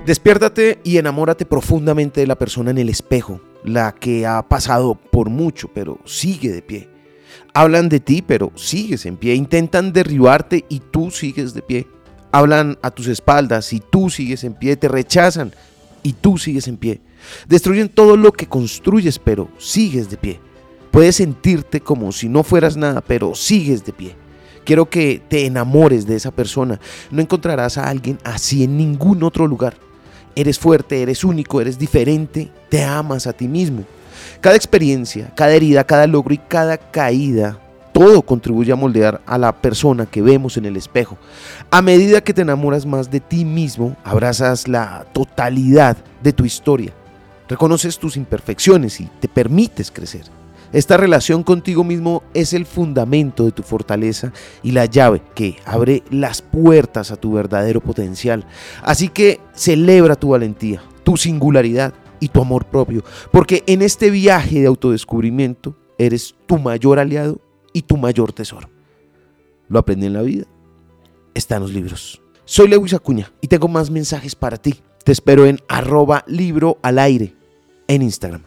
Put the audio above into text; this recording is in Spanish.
Despiértate y enamórate profundamente de la persona en el espejo, la que ha pasado por mucho, pero sigue de pie. Hablan de ti, pero sigues en pie. Intentan derribarte y tú sigues de pie. Hablan a tus espaldas y tú sigues en pie. Te rechazan y tú sigues en pie. Destruyen todo lo que construyes, pero sigues de pie. Puedes sentirte como si no fueras nada, pero sigues de pie. Quiero que te enamores de esa persona. No encontrarás a alguien así en ningún otro lugar. Eres fuerte, eres único, eres diferente, te amas a ti mismo. Cada experiencia, cada herida, cada logro y cada caída, todo contribuye a moldear a la persona que vemos en el espejo. A medida que te enamoras más de ti mismo, abrazas la totalidad de tu historia. Reconoces tus imperfecciones y te permites crecer. Esta relación contigo mismo es el fundamento de tu fortaleza y la llave que abre las puertas a tu verdadero potencial. Así que celebra tu valentía, tu singularidad y tu amor propio, porque en este viaje de autodescubrimiento eres tu mayor aliado y tu mayor tesoro. Lo aprendí en la vida, está en los libros. Soy Lewis Acuña y tengo más mensajes para ti. Te espero en @libroalaire en Instagram.